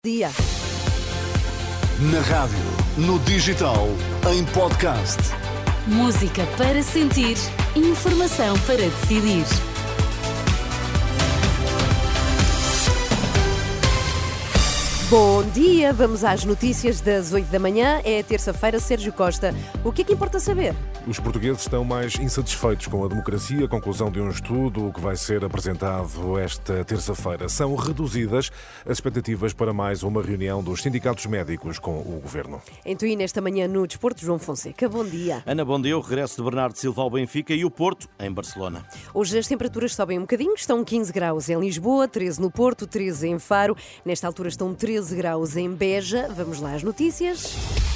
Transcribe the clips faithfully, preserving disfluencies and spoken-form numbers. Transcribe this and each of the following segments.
Dia. Na rádio, no digital, em podcast. Música para sentir, informação para decidir. Bom dia, vamos às notícias das oito da manhã. É terça-feira, Sérgio Costa. O que é que importa saber? Os portugueses estão mais insatisfeitos com a democracia. Conclusão de um estudo que vai ser apresentado esta terça-feira. São reduzidas as expectativas para mais uma reunião dos sindicatos médicos com o governo. Em Tuí, nesta manhã no Desporto, João Fonseca. Bom dia. Ana, bom dia. O regresso de Bernardo Silva ao Benfica e o Porto em Barcelona. Hoje as temperaturas sobem um bocadinho. Estão quinze graus em Lisboa, treze no Porto, treze em Faro. Nesta altura estão treze graus em Beja. Vamos lá às notícias.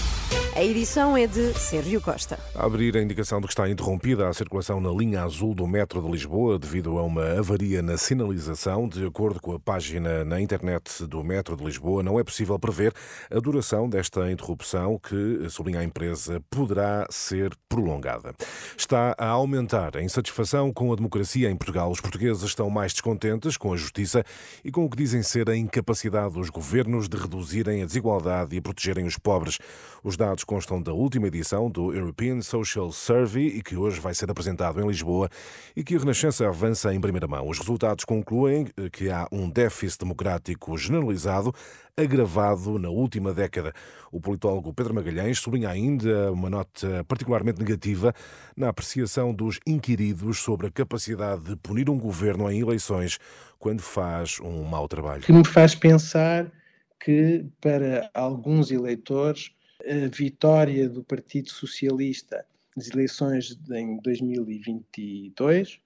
A edição é de Sérgio Costa. A abrir a indicação de que está interrompida a circulação na linha azul do metro de Lisboa devido a uma avaria na sinalização. De acordo com a página na internet do metro de Lisboa, não é possível prever a duração desta interrupção que, sublinha a empresa, poderá ser prolongada. Está a aumentar a insatisfação com a democracia em Portugal. Os portugueses estão mais descontentes com a justiça e com o que dizem ser a incapacidade dos governos de reduzirem a desigualdade e protegerem os pobres. Os dados constam da última edição do European Social Survey e que hoje vai ser apresentado em Lisboa e que a Renascença avança em primeira mão. Os resultados concluem que há um déficit democrático generalizado agravado na última década. O politólogo Pedro Magalhães sublinha ainda uma nota particularmente negativa na apreciação dos inquiridos sobre a capacidade de punir um governo em eleições quando faz um mau trabalho. Que me faz pensar que para alguns eleitores a vitória do Partido Socialista nas eleições em dois mil e vinte e dois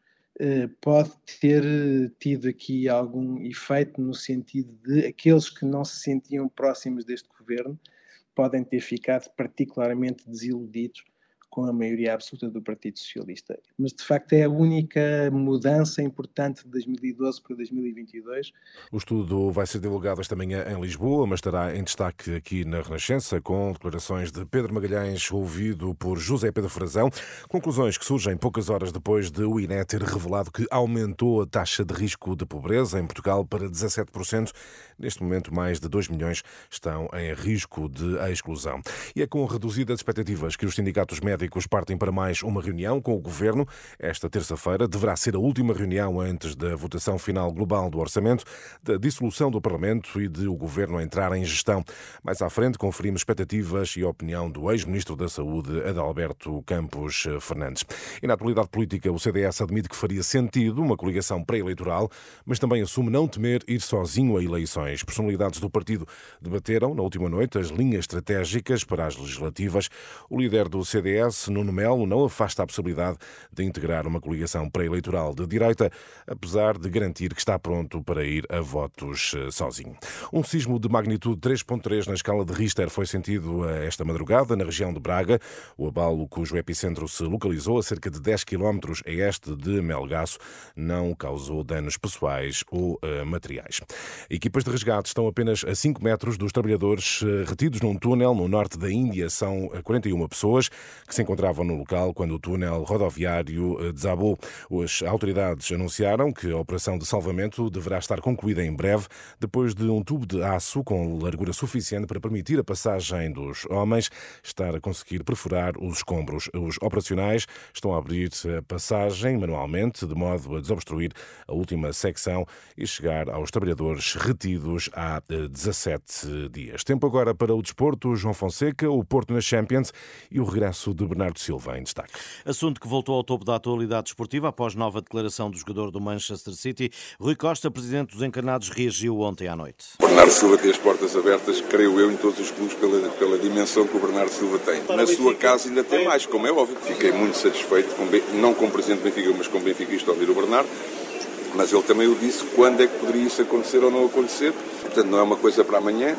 pode ter tido aqui algum efeito no sentido de aqueles que não se sentiam próximos deste governo podem ter ficado particularmente desiludidos com a maioria absoluta do Partido Socialista. Mas, de facto, é a única mudança importante de dois mil e doze para dois mil e vinte e dois. O estudo vai ser divulgado esta manhã em Lisboa, mas estará em destaque aqui na Renascença, com declarações de Pedro Magalhães, ouvido por José Pedro Frazão. Conclusões que surgem poucas horas depois de o I N E ter revelado que aumentou a taxa de risco de pobreza em Portugal para dezassete por cento. Neste momento, mais de dois milhões estão em risco de exclusão. E é com reduzidas expectativas que os sindicatos médicos Médicos partem para mais uma reunião com o Governo. Esta terça-feira deverá ser a última reunião antes da votação final global do Orçamento, da dissolução do Parlamento e de o Governo entrar em gestão. Mais à frente, conferimos expectativas e a opinião do ex-ministro da Saúde, Adalberto Campos Fernandes. E na atualidade política, o C D S admite que faria sentido uma coligação pré-eleitoral, mas também assume não temer ir sozinho a eleições. Personalidades do partido debateram na última noite as linhas estratégicas para as legislativas. O líder do C D S, Nuno Melo, não afasta a possibilidade de integrar uma coligação pré-eleitoral de direita, apesar de garantir que está pronto para ir a votos sozinho. Um sismo de magnitude três ponto três na escala de Richter foi sentido esta madrugada na região de Braga. O abalo, cujo epicentro se localizou a cerca de dez quilómetros a este de Melgaço, não causou danos pessoais ou uh, materiais. Equipas de resgate estão apenas a cinco metros dos trabalhadores uh, retidos num túnel no norte da Índia. São quarenta e uma pessoas que se encontravam no local quando o túnel rodoviário desabou. As autoridades anunciaram que a operação de salvamento deverá estar concluída em breve, depois de um tubo de aço com largura suficiente para permitir a passagem dos homens estar a conseguir perfurar os escombros. Os operacionais estão a abrir a passagem manualmente, de modo a desobstruir a última secção e chegar aos trabalhadores retidos há dezassete dias. Tempo agora para o desporto. João Fonseca, o Porto na Champions e o regresso de Bernardo Silva em destaque. Assunto que voltou ao topo da atualidade desportiva após nova declaração do jogador do Manchester City. Rui Costa, presidente dos Encarnados, reagiu ontem à noite. Bernardo Silva tem as portas abertas, creio eu, em todos os clubes pela, pela dimensão que o Bernardo Silva tem. Na sua casa ainda tem mais, como é óbvio. Fiquei muito satisfeito, com, não como presidente do Benfica, mas como benfiquista, ao ouvir o Bernardo. Mas ele também o disse quando é que poderia isso acontecer ou não acontecer. Portanto, não é uma coisa para amanhã.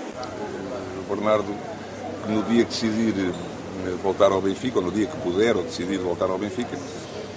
O Bernardo, no dia que decidir voltar ao Benfica, ou no dia que puder ou decidir voltar ao Benfica,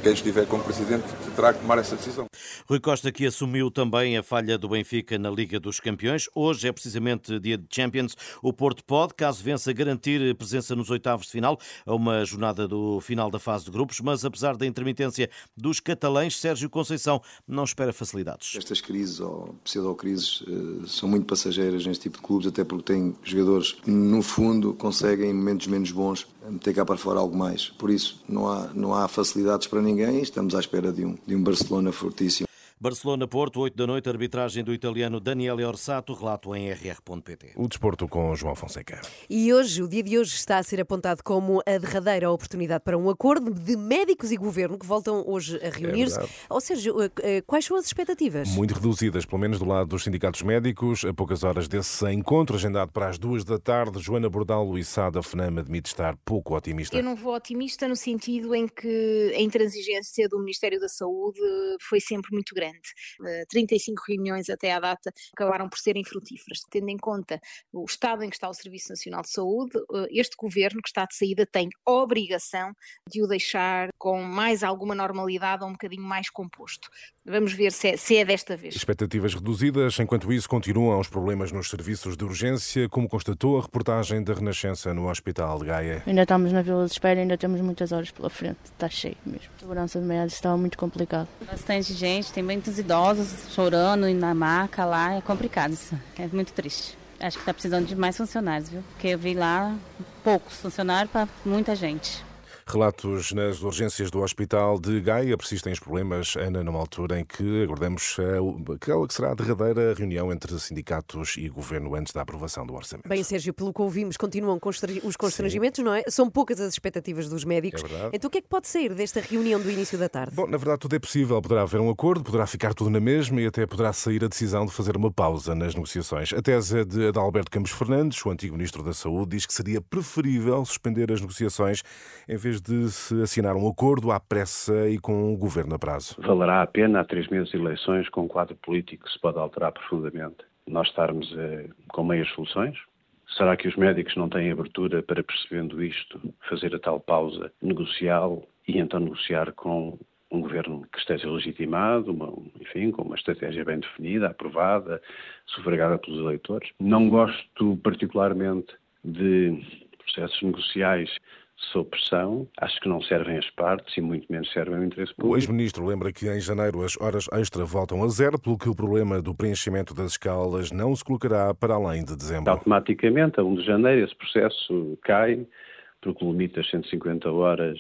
quem estiver como presidente terá que tomar essa decisão. Rui Costa, que assumiu também a falha do Benfica na Liga dos Campeões. Hoje é precisamente dia de Champions. O Porto pode, caso vença, garantir presença nos oitavos de final, a uma jornada do final da fase de grupos, mas apesar da intermitência dos catalães, Sérgio Conceição não espera facilidades. Estas crises ou pseudo-crises são muito passageiras neste tipo de clubes, até porque têm jogadores que, no fundo, conseguem, em momentos menos bons, meter cá para fora algo mais. Por isso, não há, não há facilidades para ninguém e estamos à espera de um, de um Barcelona fortíssimo. Barcelona-Porto, oito da noite, arbitragem do italiano Daniele Orsato, relato em r r ponto p t. O desporto com João Fonseca. E hoje, o dia de hoje, está a ser apontado como a derradeira oportunidade para um acordo de médicos e governo que voltam hoje a reunir-se. É Ou seja, quais são as expectativas? Muito reduzidas, pelo menos do lado dos sindicatos médicos. A poucas horas desse encontro, agendado para as duas da tarde, Joana Bordal, Luís Sá da FNAM, admite estar pouco otimista. Eu não vou otimista no sentido em que a intransigência do Ministério da Saúde foi sempre muito grande. trinta e cinco reuniões até à data acabaram por serem frutíferas. Tendo em conta o estado em que está o Serviço Nacional de Saúde, este governo que está de saída tem a obrigação de o deixar com mais alguma normalidade ou um bocadinho mais composto. Vamos ver se é, se é desta vez. Expectativas reduzidas, enquanto isso continuam os problemas nos serviços de urgência, como constatou a reportagem da Renascença no Hospital de Gaia. Ainda estamos na fila de espera, ainda temos muitas horas pela frente, está cheio mesmo. A segurança de médicos estava muito complicado. Bastante gente, tem muitos idosos chorando na maca lá, é complicado isso, é muito triste. Acho que está precisando de mais funcionários, viu? Porque eu vi lá poucos funcionários para muita gente. Relatos nas urgências do Hospital de Gaia. Persistem os problemas, Ana, numa altura em que aguardamos aquela que será a derradeira reunião entre sindicatos e governo antes da aprovação do orçamento. Bem, Sérgio, pelo que ouvimos, continuam os constrangimentos, Sim. não é? São poucas as expectativas dos médicos. É verdade. Então o que é que pode sair desta reunião do início da tarde? Bom, na verdade tudo é possível. Poderá haver um acordo, poderá ficar tudo na mesma e até poderá sair a decisão de fazer uma pausa nas negociações. A tese é de Adalberto Campos Fernandes, o antigo Ministro da Saúde, diz que seria preferível suspender as negociações em vez de se assinar um acordo à pressa e com o governo a prazo. Valerá a pena, há três meses de eleições, com um quadro político que se pode alterar profundamente, nós estarmos eh, com meias soluções? Será que os médicos não têm abertura para, percebendo isto, fazer a tal pausa, negocial e então negociar com um governo que esteja legitimado, uma, enfim, com uma estratégia bem definida, aprovada, sufragada pelos eleitores? Não gosto particularmente de processos negociais sob pressão, acho que não servem as partes e muito menos servem ao interesse público. O ex-ministro lembra que em janeiro as horas extra voltam a zero, pelo que o problema do preenchimento das escalas não se colocará para além de dezembro. Automaticamente, a um de janeiro, esse processo cai, porque o limite das cento e cinquenta horas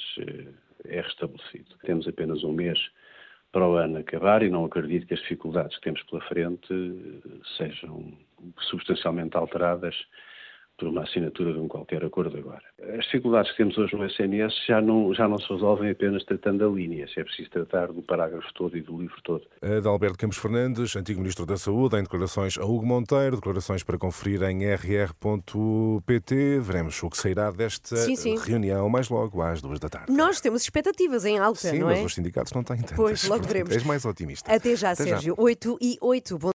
é restabelecido. Temos apenas um mês para o ano acabar e não acredito que as dificuldades que temos pela frente sejam substancialmente alteradas por uma assinatura de um qualquer acordo agora. As dificuldades que temos hoje no S N S já não, já não se resolvem apenas tratando a linha, se é preciso tratar do parágrafo todo e do livro todo. Adalberto Campos Fernandes, antigo Ministro da Saúde, em declarações a Hugo Monteiro, declarações para conferir em r r ponto p t. Veremos o que sairá desta sim, sim. reunião mais logo às duas da tarde. Nós temos expectativas em alta, sim, não é? Sim, mas os sindicatos não têm tantas. Pois, logo veremos. És mais otimista. Até já, Até Sérgio. Já. oito e oito.